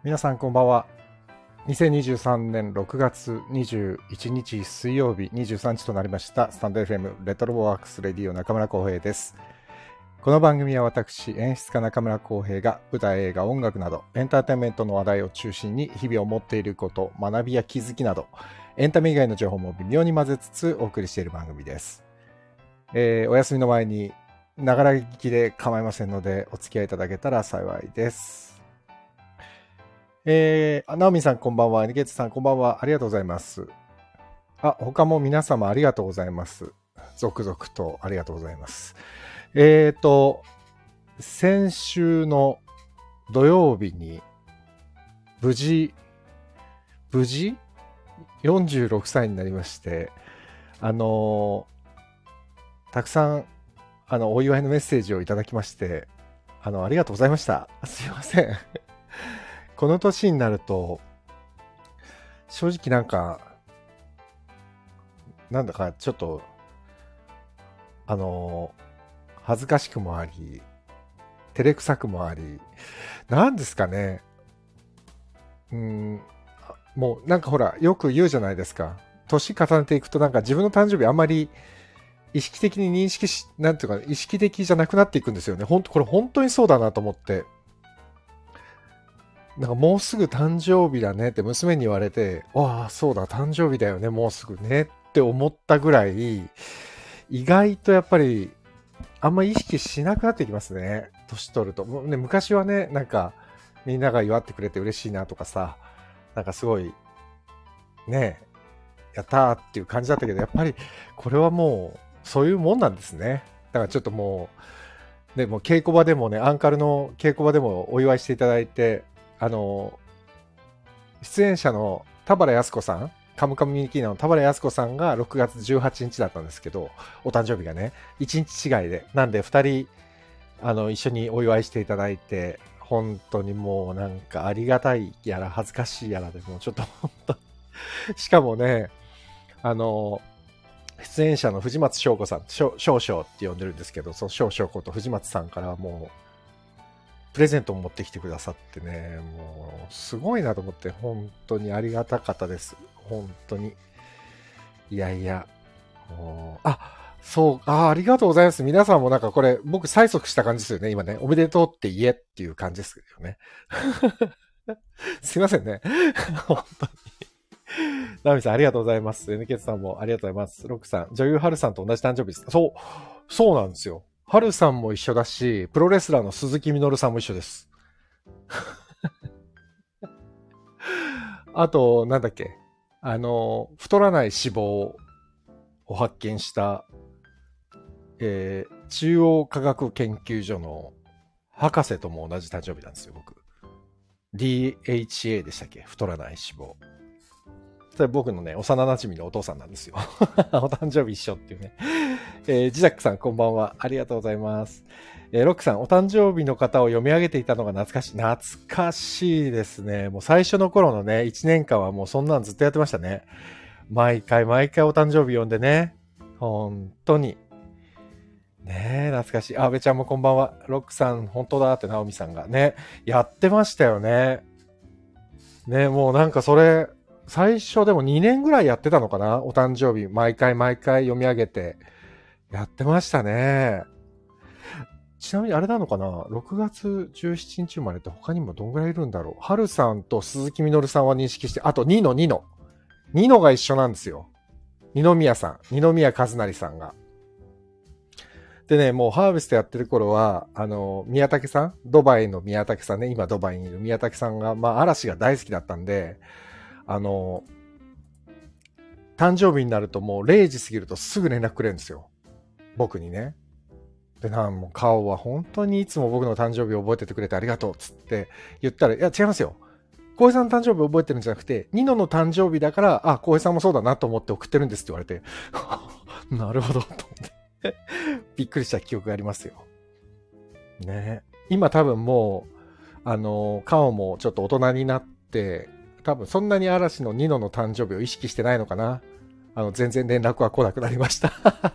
皆さんこんばんは。2023年6月21日水曜日23時となりましたスタンド FM レトロワークスレディオ中村浩平です。この番組は私演出家中村浩平が舞台、映画、音楽などエンターテインメントの話題を中心に日々思っていること、学びや気づきなどエンタメ以外の情報も微妙に混ぜつつお送りしている番組です。お休みの前にながら聞きで構いませんのでお付き合いいただけたら幸いです。ナオミさんこんばんは。エニケツさんこんばんは。ありがとうございます。他も皆様ありがとうございます。続々とありがとうございます。先週の土曜日に無事46歳になりまして、たくさんお祝いのメッセージをいただきまして、ありがとうございました。すいません。この年になると正直なんだかちょっと恥ずかしくもあり照れくさくもあり、なんですかね、もうほらよく言うじゃないですか。年重ねていくと自分の誕生日あんまり意識的に認識し、なんていうか意識的じゃなくなっていくんですよね。これ本当にそうだなと思って。もうすぐ誕生日だねって娘に言われて、ああそうだ誕生日だよねもうすぐねって思ったぐらい、意外とやっぱりあんま意識しなくなってきますね、年取ると。昔はね、みんなが祝ってくれて嬉しいなとかさ、すごいねやったーっていう感じだったけど、やっぱりこれはもうそういうもんなんですね。だからちょっともう稽古場でもね、アンカルの稽古場でもお祝いしていただいて、出演者の田原靖子さん、カムカムミニキーナの田原靖子さんが6月18日だったんですけど、お誕生日がね1日違いで、なんで2人一緒にお祝いしていただいて、本当にもうありがたいやら恥ずかしいやらで、もうちょっと本当しかもね、出演者の藤松翔子さん、少々って呼んでるんですけど、その少々こと藤松さんからはもうプレゼントを持ってきてくださってね、もうすごいなと思って、本当にありがたかったです。本当に。いやいや、ありがとうございます。皆さんもこれ僕催促した感じですよね。今ね、おめでとうって言えっていう感じですよね。すいませんね。本当に。ナミさんありがとうございます。NK さんもありがとうございます。ロックさん、女優ハルさんと同じ誕生日です。そうなんですよ。ハルさんも一緒だし、プロレスラーの鈴木みのるさんも一緒です。あと、なんだっけ、太らない脂肪を発見した、中央科学研究所の博士とも同じ誕生日なんですよ、僕。DHA でしたっけ、太らない脂肪。それ僕のね、幼馴染のお父さんなんですよ。お誕生日一緒っていうね。ジザックさんこんばんは。ありがとうございます。ロックさん、お誕生日の方を読み上げていたのが懐かしい。懐かしいですね。もう最初の頃のね、1年間はもうそんなんずっとやってましたね。毎回お誕生日読んでね。本当に。ねえ、懐かしい。安倍ちゃんもこんばんは。ロックさん、本当だって、ナオミさんがね、やってましたよね。ね、もうそれ、最初でも2年ぐらいやってたのかな、お誕生日。毎回読み上げて。やってましたね。ちなみにあれなのかな、6月17日生まれって他にもどんぐらいいるんだろう。はるさんと鈴木みのるさんは認識して、あとニノが一緒なんですよ。二宮さん、二宮和也さんが。でね、もうハーベストやってる頃は、宮武さん、ドバイの宮武さんね、今ドバイにいる宮武さんが、嵐が大好きだったんで、誕生日になるともう0時過ぎるとすぐ連絡くれるんですよ。僕にね。でもう顔は本当にいつも僕の誕生日を覚えててくれてありがとうっつって言ったら、いや違いますよ。浩平さんの誕生日を覚えてるんじゃなくて、ニノの誕生日だから、浩平さんもそうだなと思って送ってるんですって言われて、なるほどと思ってびっくりした記憶がありますよ。ね。今多分もう、顔もちょっと大人になって、多分そんなに嵐のニノの誕生日を意識してないのかな。全然連絡は来なくなりました。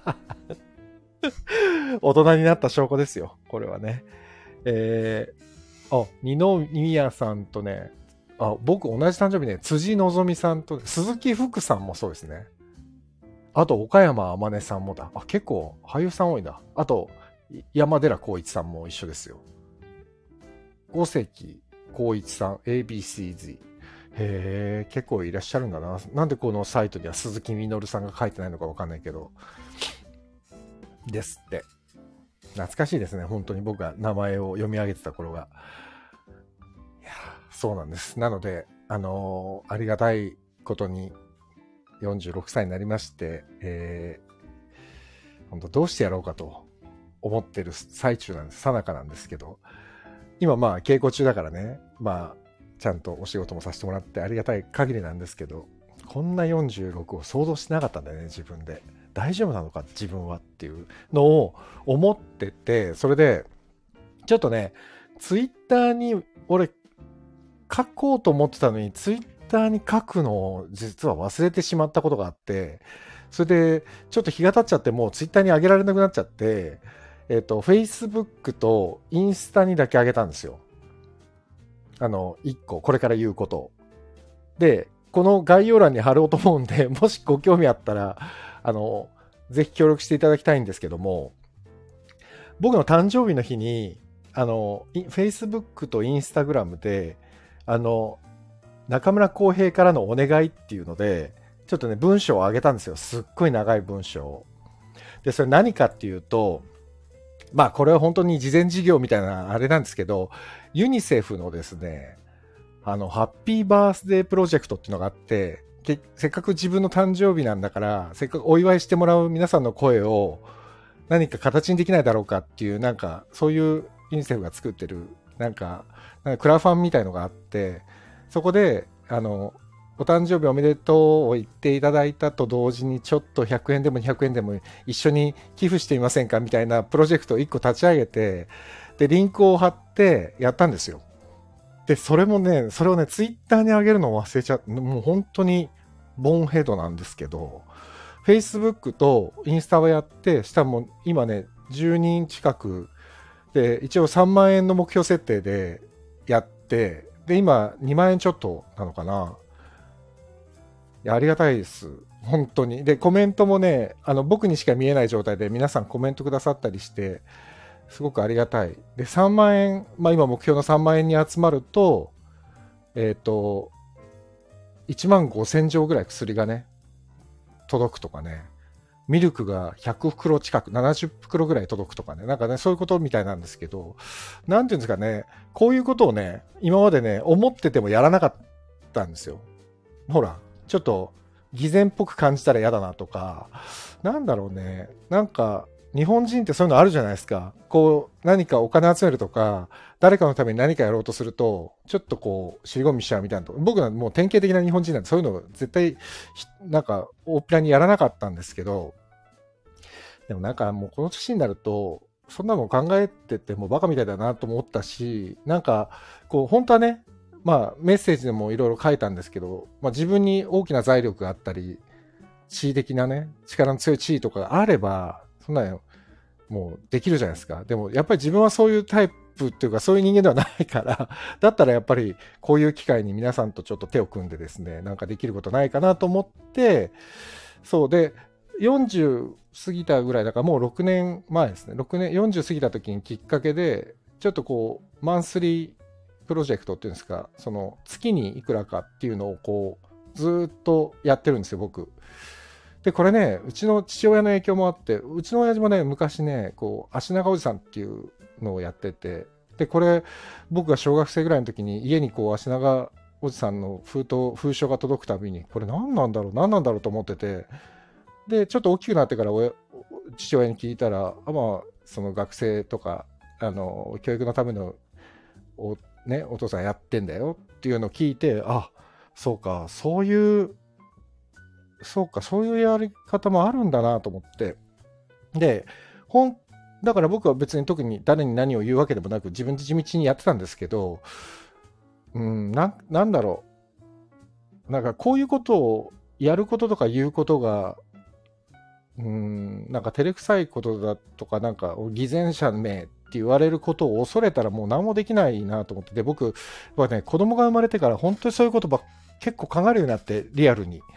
大人になった証拠ですよ、これはね。二宮さんとね、 僕同じ誕生日ね、辻希美さんと、鈴木福さんもそうですね。あと、岡山天音さんもだ。結構俳優さん多いな。あと、山寺宏一さんも一緒ですよ。五関浩一さん、ABCZ。へえ、結構いらっしゃるんだな。なんでこのサイトには鈴木みのるさんが書いてないのかわかんないけど。ですって。懐かしいですね。本当に僕が名前を読み上げてた頃が。いや、そうなんです。なので、ありがたいことに46歳になりまして、本当どうしてやろうかと思ってる最中なんです。最中なんですけど。今まあ稽古中だからね。まあ、ちゃんとお仕事もさせてもらってありがたい限りなんですけど、こんな46を想像してなかったんだよね、自分で。大丈夫なのか、自分はっていうのを思ってて、それで、ちょっとね、ツイッターに俺書こうと思ってたのに、ツイッターに書くのを実は忘れてしまったことがあって、それでちょっと日が経っちゃってもうツイッターに上げられなくなっちゃって、Facebook とインスタにだけ上げたんですよ。1個、これから言うことを。で、この概要欄に貼ろうと思うんで、もしご興味あったら、ぜひ協力していただきたいんですけども、僕の誕生日の日に、Facebook と Instagram で、中村浩平からのお願いっていうので、ちょっとね、文章を上げたんですよ。すっごい長い文章を。で、それ何かっていうと、まあ、これは本当に慈善事業みたいなあれなんですけど、ユニセフのですね、ハッピーバースデープロジェクトっていうのがあって、せっかく自分の誕生日なんだから、せっかくお祝いしてもらう皆さんの声を何か形にできないだろうかっていう、なんか、そういうユニセフが作ってる、なんかクラファンみたいのがあって、そこで、お誕生日おめでとうを言っていただいたと同時に、ちょっと100円でも200円でも一緒に寄付してみませんかみたいなプロジェクトを1個立ち上げて、で、リンクを貼ってやったんですよ。で、それをね、ツイッターに上げるのを忘れちゃって、もう本当にボンヘッドなんですけど、Facebook とインスタはやって、したらもう今ね、10人近くで、一応3万円の目標設定でやって、で、今2万円ちょっとなのかな。いや、ありがたいです。本当に。で、コメントもね、僕にしか見えない状態で皆さんコメントくださったりして、すごくありがたい。で、3万円、まあ今目標の3万円に集まると、1万5千錠ぐらい薬がね、届くとかね、ミルクが100袋近く、70袋ぐらい届くとかね、なんかね、そういうことみたいなんですけど、なんていうんですかね、こういうことをね、今までね、思っててもやらなかったんですよ。ほら、ちょっと偽善っぽく感じたら嫌だなとか、なんだろうね、なんか、日本人ってそういうのあるじゃないですか。こう、何かお金集めるとか、誰かのために何かやろうとすると、ちょっとこう、尻込みしちゃうみたいなと。僕はもう典型的な日本人なんで、そういうの絶対、なんか、大っぴらにやらなかったんですけど、でもなんかもうこの年になると、そんなの考えててもバカみたいだなと思ったし、なんか、こう、本当はね、まあ、メッセージでもいろいろ書いたんですけど、まあ自分に大きな財力があったり、地位的なね、力の強い地位とかがあれば、そんなのもうできるじゃないですか。でもやっぱり自分はそういうタイプっていうかそういう人間ではないから、だったらやっぱりこういう機会に皆さんとちょっと手を組んでですね、なんかできることないかなと思って、そうで、40過ぎたぐらいだからもう6年前ですね。6年、40過ぎた時にきっかけで、ちょっとこう、マンスリープロジェクトっていうんですか、その月にいくらかっていうのをこう、ずっとやってるんですよ、僕。で、これね、うちの父親の影響もあって、うちの親父もね、昔ね、こう、足長おじさんっていうのをやってて、で、これ、僕が小学生ぐらいの時に家にこう、足長おじさんの封書が届くたびに、これ何なんだろう、何なんだろうと思ってて、で、ちょっと大きくなってから父親に聞いたら、まあ、その学生とか、教育のためのお父さんやってんだよっていうのを聞いて、そういうやり方もあるんだなと思って。で、だから僕は別に特に誰に何を言うわけでもなく、自分で地道にやってたんですけど、なんだろう。なんかこういうことをやることとか言うことが、なんか照れくさいことだとか、なんか偽善者名言われることを恐れたらもう何もできないなと思ってて、僕はね、子供が生まれてから本当にそういうこと結構考えるようになって、リアルに。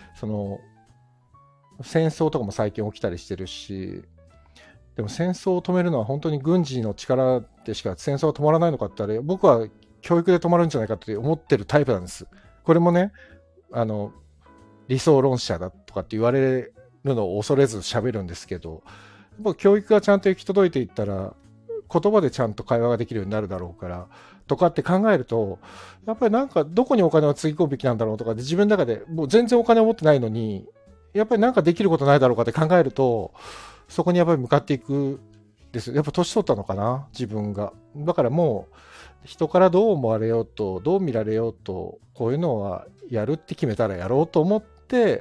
戦争とかも最近起きたりしてるし、でも戦争を止めるのは本当に軍事の力でしか戦争は止まらないのかって僕は教育で止まるんじゃないかって思ってるタイプなんです。これもね、理想論者だとかって言われるのを恐れず喋るんですけど、教育がちゃんと行き届いていったら、言葉でちゃんと会話ができるようになるだろうから、とかって考えると、やっぱりなんかどこにお金をつぎ込むべきなんだろうとかで、自分の中でもう全然お金を持ってないのに、やっぱりなんかできることないだろうかって考えると、そこにやっぱり向かっていくです。やっぱ年取ったのかな、自分が。だからもう、人からどう思われようと、どう見られようと、こういうのはやるって決めたらやろうと思って、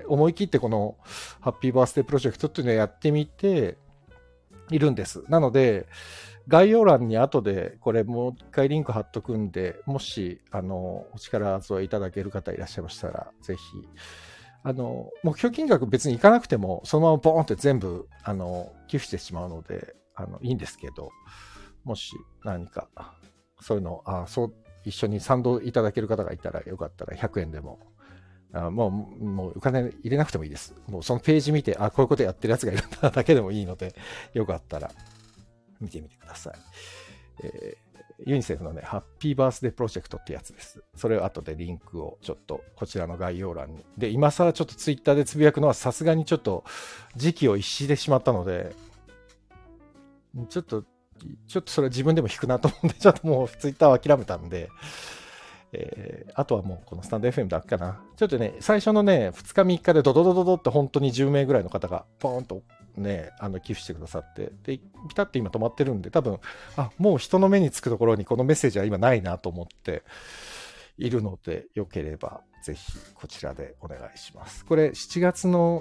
思い切ってこのハッピーバースデープロジェクトっていうのをやってみているんです。なので、概要欄に後でこれもう一回リンク貼っとくんで、もし、お力添えいただける方いらっしゃいましたら、ぜひ、目標金額別にいかなくても、そのままボーンって全部、寄付してしまうので、いいんですけど、もし何か、そういうの、一緒に賛同いただける方がいたら、よかったら100円でも、もうお金入れなくてもいいです。もうそのページ見て、こういうことやってるやつがいるんだだけでもいいので、よかったら見てみてください。ユニセフのね、ハッピーバースデープロジェクトってやつです。それを後でリンクをちょっとこちらの概要欄に。で、今更ちょっとツイッターでつぶやくのはさすがにちょっと時期を逸してしまったので、ちょっとそれは自分でも引くなと思うんで、ちょっともうツイッターは諦めたんで、あとはもうこのスタンド FM だけかな。ちょっとね、最初のね、2日3日でドドドドドって本当に10名ぐらいの方がポーンとね、寄付してくださって、で、ピタッと今止まってるんで、多分、もう人の目につくところにこのメッセージは今ないなと思っているので、よければぜひこちらでお願いします。これ7月の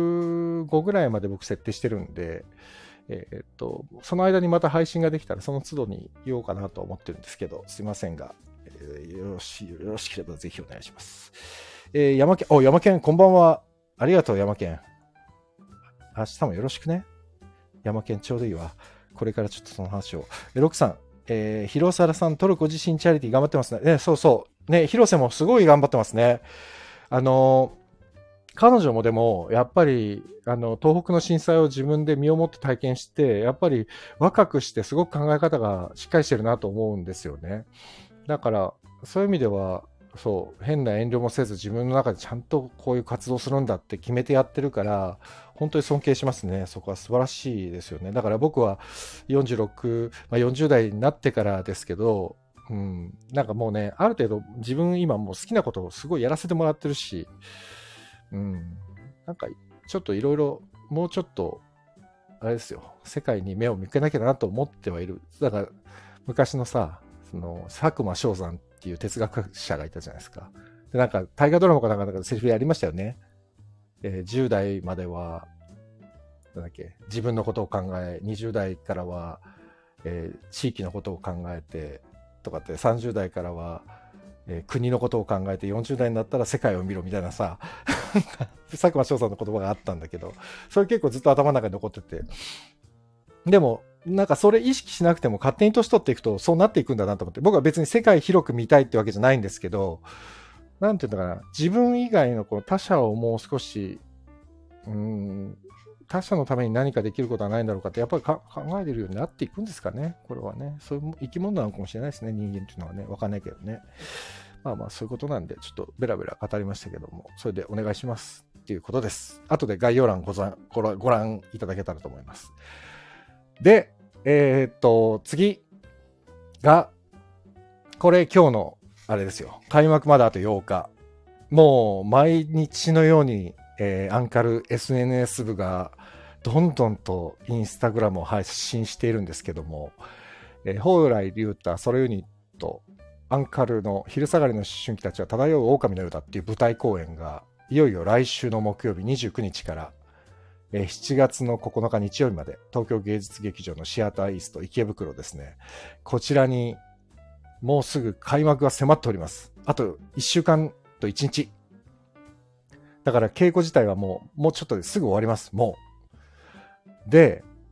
15ぐらいまで僕設定してるんで、その間にまた配信ができたらその都度に言おうかなと思ってるんですけど、すいませんが、よろしければぜひお願いします。山県、こんばんは。ありがとう、山県。明日もよろしくね。山県ちょうどいいわ。これからちょっとその話を。ロクさん、広沢さん、トルコ地震チャリティー頑張ってますね。そうそう。ね、広瀬もすごい頑張ってますね。彼女もでも、やっぱり、東北の震災を自分で身をもって体験して、やっぱり若くしてすごく考え方がしっかりしてるなと思うんですよね。だから、そういう意味では、そう、変な遠慮もせず自分の中でちゃんとこういう活動するんだって決めてやってるから、本当に尊敬しますね。そこは素晴らしいですよね。だから僕は46、40代になってからですけど、なんかもうね、ある程度自分今もう好きなことをすごいやらせてもらってるし、なんかちょっといろいろ、もうちょっと、あれですよ、世界に目を向けなきゃなと思ってはいる。だから昔のさ、佐久間象山っていう哲学者がいたじゃないですか。で、なんか大河ドラマかなんかでセリフやりましたよね。10代までは、なんだっけ、自分のことを考え、20代からは、地域のことを考えて、とかって30代からは、国のことを考えて40代になったら世界を見ろみたいなさ佐久間象さんの言葉があったんだけど、それ結構ずっと頭の中に残ってて、でもなんかそれ意識しなくても勝手に年取っていくとそうなっていくんだなと思って、僕は別に世界広く見たいってわけじゃないんですけど、なんていうんだかな、自分以外のこの他者をもう少し他者のために何かできることはないんだろうかってやっぱり考えてるようになっていくんですかね。これはね、そういう生き物なのかもしれないですね、人間っていうのはね。わかんないけどね。まあそういうことなんで、ちょっとベラベラ語りましたけども、それでお願いしますっていうことです。後で概要欄ご覧いただけたらと思います。で、次が、これ今日のあれですよ。開幕まであと8日。もう毎日のように、アンカル SNS 部がどんどんとインスタグラムを配信しているんですけども、蓬莱竜太ソロユニットアンカルの昼下がりの思春期たちは漂う狼の夜だっていう舞台公演がいよいよ来週の木曜日29日から7月の9日日曜日まで東京芸術劇場のシアターイースト池袋ですね。こちらにもうすぐ開幕が迫っております。あと1週間と1日。だから稽古自体はもうちょっとですぐ終わります。もう。で、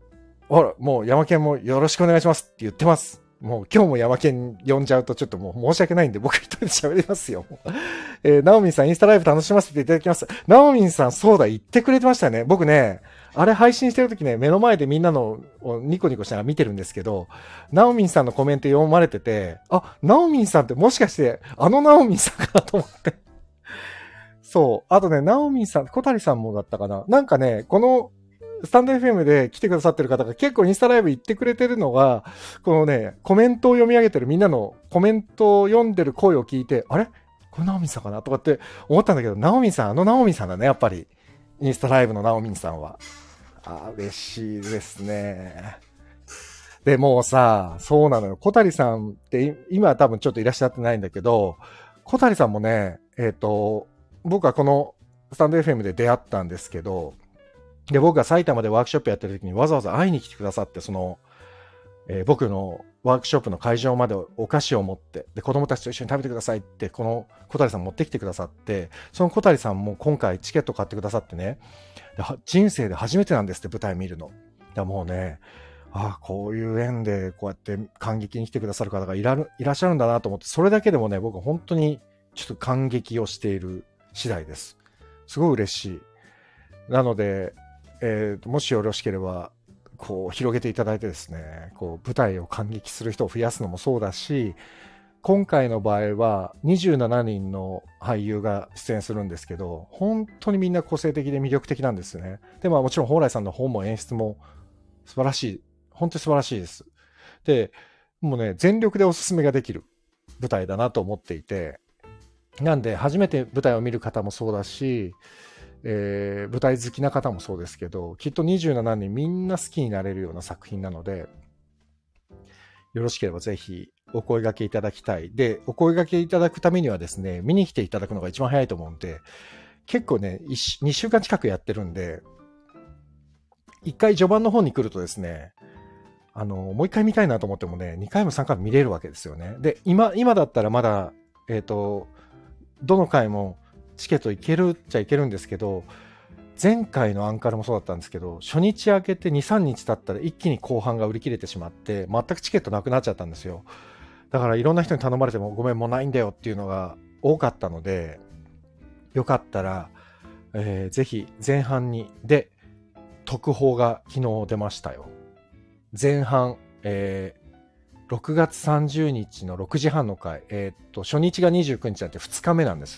ほら、もうヤマケンもよろしくお願いしますって言ってます。もう今日もヤマケン呼んじゃうとちょっともう申し訳ないんで僕一人で喋りますよ。ナオミンさんインスタライブ楽しませていただきます。ナオミンさんそうだ言ってくれてましたね。僕ね、あれ配信してる時ね、目の前でみんなのをニコニコしながら見てるんですけど、ナオミンさんのコメント読まれてて、あ、ナオミンさんってもしかしてあのナオミンさんかなと思って。そう。あとね、ナオミンさん、小谷さんもだったかな。なんかね、このスタンド FM で来てくださってる方が結構インスタライブ行ってくれてるのが、このね、コメントを読み上げてるみんなのコメントを読んでる声を聞いて、あれこれナオミンさんかなとかって思ったんだけど、ナオミンさん、あのナオミンさんだね、やっぱり。インスタライブのナオミンさんは。嬉しいですね。で、もうさ、そうなのよ。小谷さんって今は多分ちょっといらっしゃってないんだけど、小谷さんもね、僕はこのスタンド FM で出会ったんですけど、で、僕が埼玉でワークショップやってる時にわざわざ会いに来てくださって、僕のワークショップの会場までお菓子を持って、で、子供たちと一緒に食べてくださいって、この小谷さん持ってきてくださって、その小谷さんも今回チケット買ってくださってね、人生で初めてなんですって舞台見るの。だもうね、こういう縁でこうやって感激に来てくださる方がいらっしゃるんだなと思って、それだけでもね、僕は本当にちょっと感激をしている次第です。すごい嬉しい。なので、もしよろしければ、こう、広げていただいてですね、こう、舞台を感激する人を増やすのもそうだし、今回の場合は27人の俳優が出演するんですけど、本当にみんな個性的で魅力的なんですね。で、もちろん蓬莱さんの本も演出も素晴らしい。本当に素晴らしいです。で、もうね、全力でおすすめができる舞台だなと思っていて、なんで初めて舞台を見る方もそうだし、舞台好きな方もそうですけど、きっと27人みんな好きになれるような作品なので、よろしければぜひお声掛けいただきたい。で、お声掛けいただくためにはですね、見に来ていただくのが一番早いと思うんで、結構ね、2週間近くやってるんで、1回序盤の方に来るとですね、もう1回見たいなと思ってもね、2回も3回も見れるわけですよね。で、今だったらまだ、どの回もチケットいけるっちゃいけるんですけど、前回のアンカルもそうだったんですけど、初日明けて2、3日経ったら一気に後半が売り切れてしまって、全くチケットなくなっちゃったんですよ。だからいろんな人に頼まれてもごめんもうないんだよっていうのが多かったので、よかったら、ぜひ前半に、で、特報が昨日出ましたよ。前半、6月30日の6時半の回、初日が29日だって2日目なんです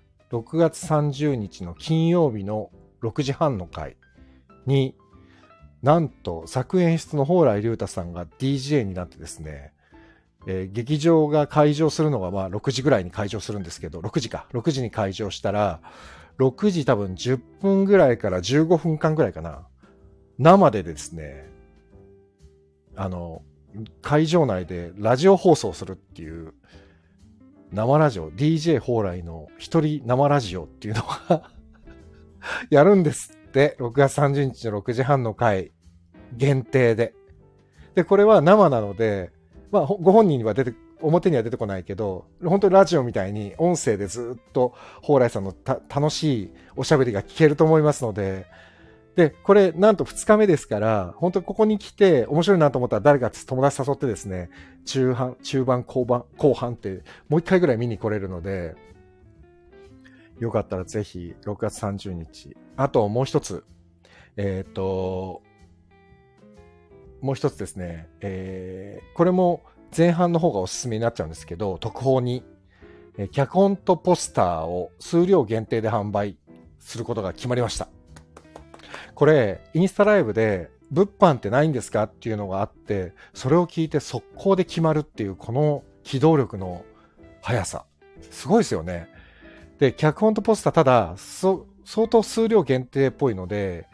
。6月30日の金曜日の6時半の回に、なんと作演出の蓬莱竜太さんが DJ になってですね、劇場が開場するのがまあ6時ぐらいに開場するんですけど、6時に開場したら、6時多分10分ぐらいから15分間ぐらいかな、生でですね、会場内でラジオ放送するっていう、生ラジオ、DJ 蓬莱の一人生ラジオっていうのがやるんですって、6月30日の6時半の回限定で。で、これは生なので、まあ、ご本人には表には出てこないけど、本当にラジオみたいに音声でずっと蓬莱さんの楽しいおしゃべりが聞けると思いますので、で、これなんと2日目ですから、本当にここに来て面白いなと思ったら誰か友達誘ってですね、中盤、後半ってもう1回ぐらい見に来れるので、よかったらぜひ6月30日。あともう一つ。もう一つですね。これも前半の方がおすすめになっちゃうんですけど、特報に、脚本とポスターを数量限定で販売することが決まりました。これ、インスタライブで物販ってないんですかっていうのがあって、それを聞いて速攻で決まるっていうこの機動力の速さ。すごいですよね。で、脚本とポスター、ただ、相当数量限定っぽいので、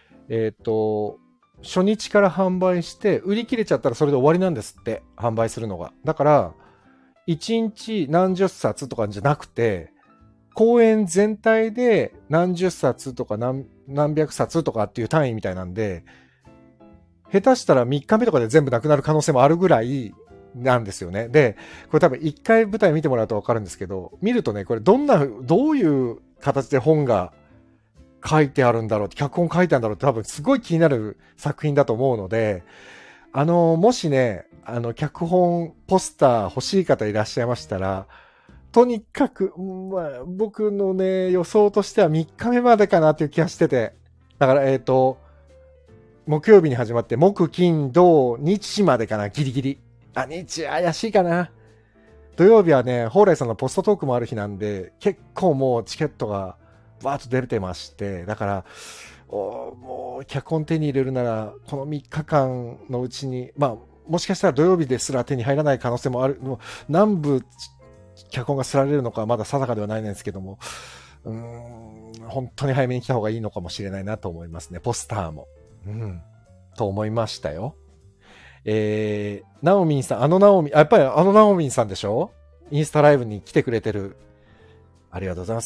初日から販売して、売り切れちゃったらそれで終わりなんですって、販売するのが。だから、1日何十冊とかじゃなくて、公演全体で何十冊とか何百冊とかっていう単位みたいなんで、下手したら3日目とかで全部なくなる可能性もあるぐらいなんですよね。で、これ多分1回舞台見てもらうと分かるんですけど、見るとね、これどういう形で本が書いてあるんだろうって、脚本書いてあるんだろうって多分すごい気になる作品だと思うので、もしね、脚本、ポスター欲しい方いらっしゃいましたら、とにかく、まあ、僕のね、予想としては3日目までかなという気がしてて、だから、木曜日に始まって、木、金、土、日までかな、ギリギリ。日怪しいかな。土曜日はね、蓬莱さんのポストトークもある日なんで、結構もうチケットがバーッと出てまして、だから、もう脚本手に入れるなら、この3日間のうちに、まあ、もしかしたら土曜日ですら手に入らない可能性もある。もう南部脚本がすられるのかはまだ定かではないんですけども、本当に早めに来た方がいいのかもしれないなと思いますね。ポスターも。と思いましたよ。ナオミンさん、やっぱりナオミンさんでしょ？インスタライブに来てくれてる。ありがとうございます。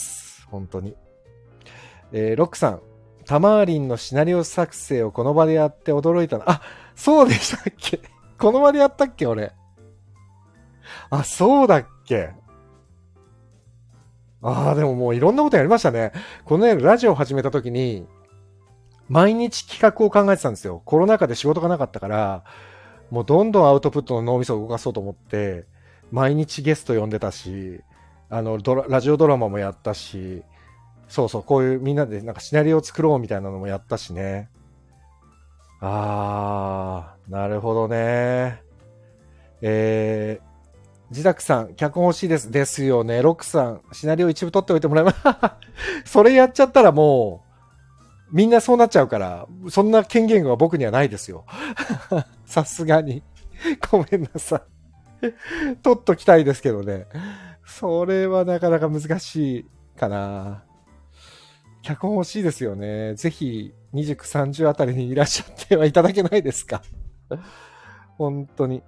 本当に。ロックさん、タマーリンのシナリオ作成をこの場でやって驚いたの。そうでしたっけ？この場でやったっけ俺。そうだっけ？でももういろんなことやりましたね。このね、ラジオを始めた時に、毎日企画を考えてたんですよ。コロナ禍で仕事がなかったから、もうどんどんアウトプットの脳みそを動かそうと思って、毎日ゲスト呼んでたし、ラジオドラマもやったし、そうそう、こういうみんなでなんかシナリオを作ろうみたいなのもやったしね。なるほどね。自宅さん、脚本欲しいです。ですよね。ロックさん、シナリオ一部取っておいてもらいます。それやっちゃったらもう、みんなそうなっちゃうから、そんな権限は僕にはないですよ。さすがに。ごめんなさい。取っときたいですけどね。それはなかなか難しいかな。脚本欲しいですよね。ぜひ、29、30あたりにいらっしゃってはいただけないですか。本当に。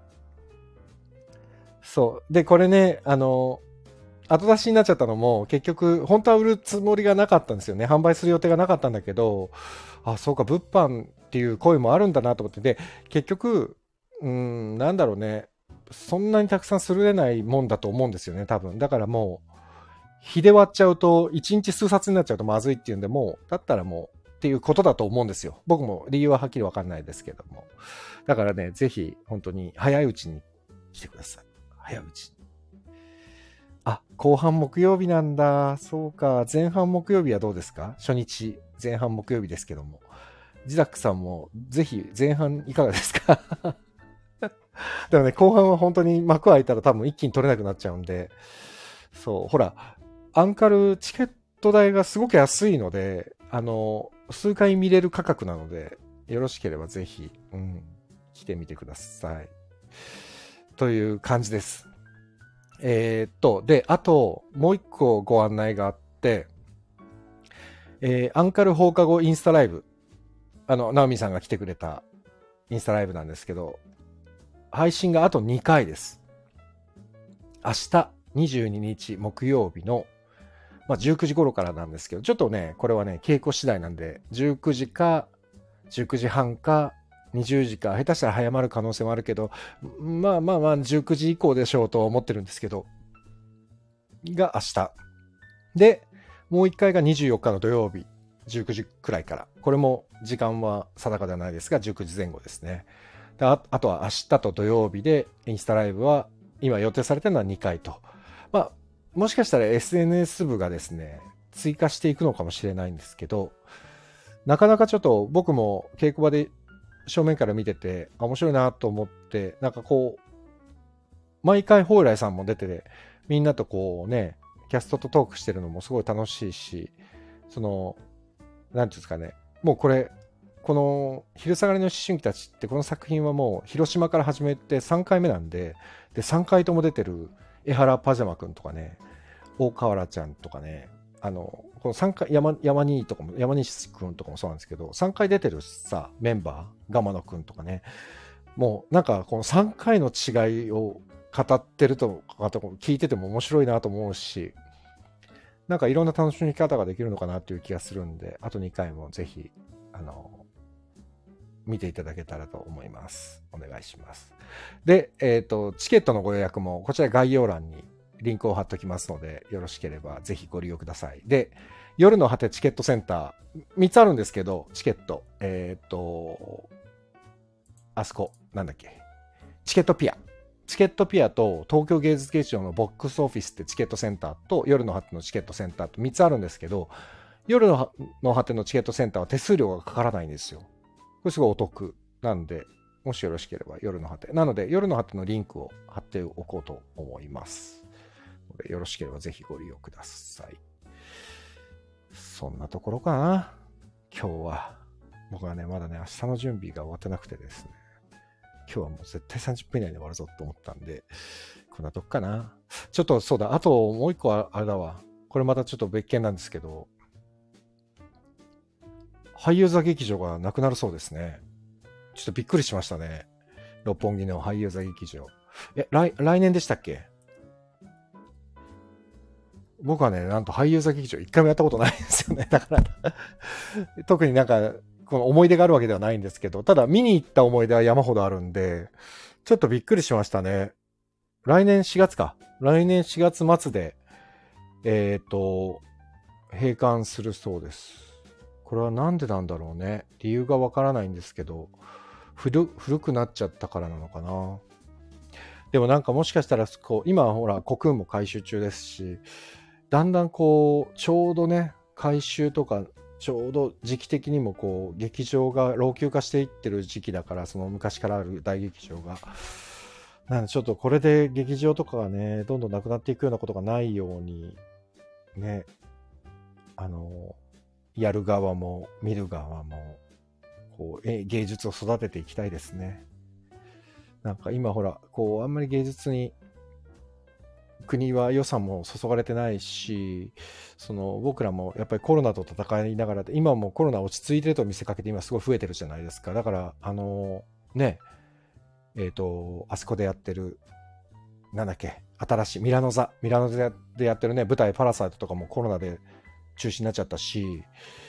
そう。で、これね、後出しになっちゃったのも、結局、本当は売るつもりがなかったんですよね。販売する予定がなかったんだけど、そうか、物販っていう声もあるんだなと思って、で、結局、なんだろうね。そんなにたくさんするれないもんだと思うんですよね、多分。だからもう、日で割っちゃうと、1日数冊になっちゃうとまずいっていうんで、もう、だったらもう、っていうことだと思うんですよ。僕も理由ははっきりわかんないですけども。だからね、ぜひ、本当に、早いうちに来てください。早いうちに。後半木曜日なんだ。そうか。前半木曜日はどうですか？初日、前半木曜日ですけども。ジダックさんも、ぜひ、前半いかがですか？でもね、後半は本当に幕開いたら多分一気に取れなくなっちゃうんで、そう、ほら、アンカルチケット代がすごく安いので、数回見れる価格なので、よろしければぜひ、来てみてください。という感じです。で、あと、もう一個ご案内があって、アンカル放課後インスタライブ、ナオミさんが来てくれたインスタライブなんですけど、配信があと2回です。明日、22日木曜日の、19時頃からなんですけど、ちょっとね、これはね、稽古次第なんで、19時か、19時半か、20時か、下手したら早まる可能性もあるけど、19時以降でしょうと思ってるんですけど、が明日。で、もう1回が24日の土曜日、19時くらいから。これも時間は定かではないですが、19時前後ですね。あとは明日と土曜日で、インスタライブは、今予定されてるのは2回と。もしかしたら SNS 部がですね、追加していくのかもしれないんですけど、なかなかちょっと僕も稽古場で正面から見てて、面白いなと思って、なんかこう、毎回蓬莱さんも出てて、みんなとこうね、キャストとトークしてるのもすごい楽しいし、なんていうんですかね、もうこの昼下がりの思春期たちってこの作品はもう広島から始めて3回目なんで、3回とも出てる江原パジャマくんとかね、大河原ちゃんとかね、この3回、山西くんとかもそうなんですけど、3回出てるさ、メンバー、ガマノくんとかね、もうなんかこの3回の違いを語ってるとか聞いてても面白いなと思うし、なんかいろんな楽しみ方ができるのかなっていう気がするんで、あと2回もぜひ、見ていただけたらと思います。お願いします。で、チケットのご予約もこちら概要欄にリンクを貼っておきますので、よろしければぜひご利用ください。で、 夜の果てチケットセンター、3つあるんですけど、チケット。あそこ、なんだっけ。チケットピア。チケットピアと東京芸術劇場のボックスオフィスってチケットセンターと夜の果てのチケットセンターと3つあるんですけど、夜の果てのチケットセンターは手数料がかからないんですよ。これすごいお得なんで、もしよろしければ夜の果て。なので夜の果てのリンクを貼っておこうと思います。よろしければぜひご利用ください。そんなところかな。今日は。僕はね、まだね、明日の準備が終わってなくてですね。今日はもう絶対30分以内で終わるぞと思ったんで、こんなとこかな。ちょっとそうだ、あともう一個あれだわ。これまたちょっと別件なんですけど、俳優座劇場がなくなるそうですね。ちょっとびっくりしましたね。六本木の俳優座劇場。来年でしたっけ？僕はね、なんと俳優座劇場一回もやったことないんですよね。だから特になんか、この思い出があるわけではないんですけど、ただ見に行った思い出は山ほどあるんで、ちょっとびっくりしましたね。来年4月か。来年4月末で、閉館するそうです。これはなんでなんだろうね。理由がわからないんですけど、古くなっちゃったからなのかな。でもなんかもしかしたらこう、今はほら、コクーンも改修中ですし、だんだんこう、ちょうどね、改修とか、ちょうど時期的にもこう、劇場が老朽化していってる時期だから、その昔からある大劇場が。なんでちょっとこれで劇場とかがね、どんどんなくなっていくようなことがないように、ね、やる側も見る側も、こう、芸術を育てていきたいですね。なんか今ほら、こう、あんまり芸術に国は予算も注がれてないし、その僕らもやっぱりコロナと戦いながらで、今もコロナ落ち着いてると見せかけて今すごい増えてるじゃないですか。だからね、あそこでやってるなんだっけ、新しいミラノでやってるね舞台パラサイトとかもコロナで中止になっちゃったし、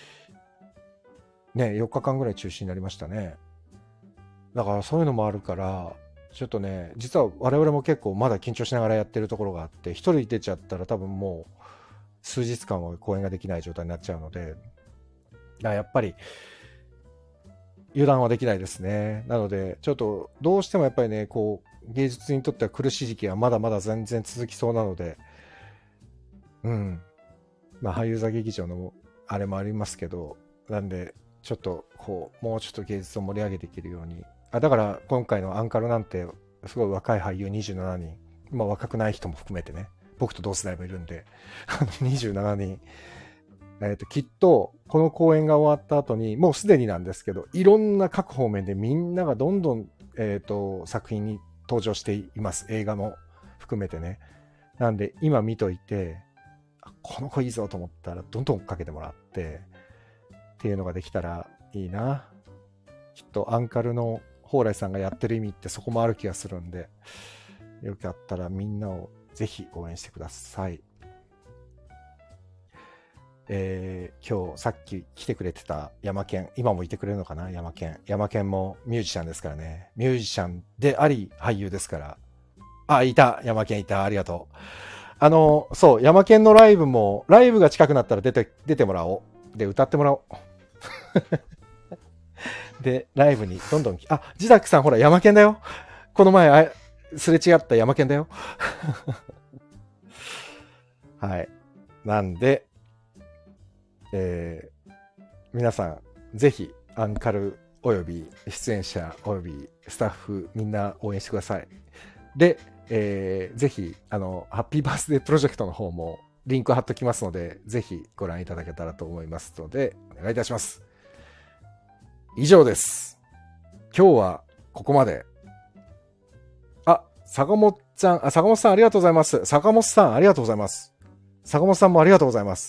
ね、4日間ぐらい中止になりましたね。だからそういうのもあるから。ちょっとね、実は我々も結構まだ緊張しながらやってるところがあって、一人出ちゃったら多分もう数日間は公演ができない状態になっちゃうので、やっぱり油断はできないですね。なので、ちょっとどうしてもやっぱりね、こう、芸術にとっては苦しい時期はまだまだ全然続きそうなので、俳優座劇場のあれもありますけど、なんで、ちょっとこう、もうちょっと芸術を盛り上げていけるように、だから今回のアンカルなんてすごい若い俳優27人、若くない人も含めてね、僕と同世代もいるんで27人、きっとこの公演が終わった後にもうすでになんですけど、いろんな各方面でみんながどんどん、作品に登場しています。映画も含めてね。なんで今見といて、この子いいぞと思ったらどんどんかけてもらってっていうのができたらいいな。きっとアンカルの蓬莱さんがやってる意味ってそこもある気がするんで、よかったらみんなをぜひ応援してください。今日さっき来てくれてた山健、今もいてくれるのかな。山健もミュージシャンですからね。ミュージシャンであり俳優ですから。いた、山健いた、ありがとう。そう、山健のライブが近くなったら出てもらおう。で、歌ってもらおう。で、ライブにどんどん、ジダックさんほら、山健だよ。この前、すれ違った山健だよ。はい。なんで、皆さん、ぜひ、アンカルおよび出演者およびスタッフ、みんな応援してください。で、ぜひ、ハッピーバースデープロジェクトの方もリンク貼っときますので、ぜひご覧いただけたらと思いますので、お願いいたします。以上です。今日はここまで。坂本さんありがとうございます。坂本さんありがとうございます。坂本さんもありがとうございます。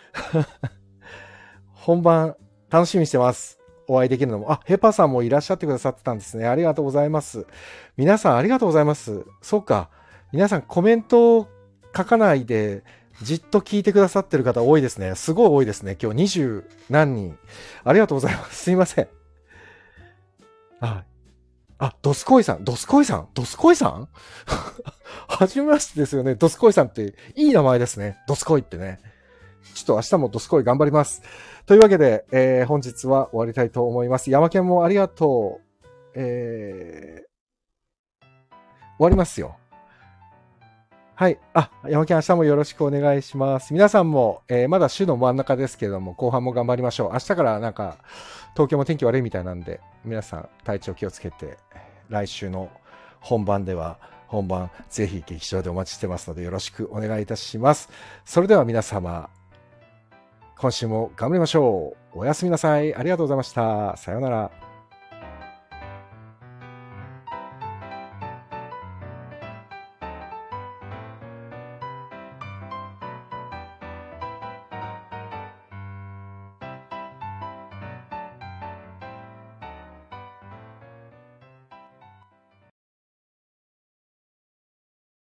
本番楽しみにしてます。お会いできるのも。ヘパさんもいらっしゃってくださってたんですね。ありがとうございます。皆さんありがとうございます。そうか。皆さんコメントを書かないでじっと聞いてくださってる方多いですね。すごい多いですね。今日20何人。ありがとうございます。すいません。ドスコイさんはじめましてですよね。ドスコイさんっていい名前ですね。ドスコイってね。 ちょっと明日もドスコイ頑張ります。というわけで、本日は終わりたいと思います。山県もありがとう。終わりますよ。はい。山県明日もよろしくお願いします。皆さんも、まだ週の真ん中ですけれども、後半も頑張りましょう。明日からなんか、東京も天気悪いみたいなんで、皆さん体調気をつけて、来週の本番では、本番ぜひ劇場でお待ちしてますのでよろしくお願いいたします。それでは皆様、今週も頑張りましょう。おやすみなさい。ありがとうございました。さようなら。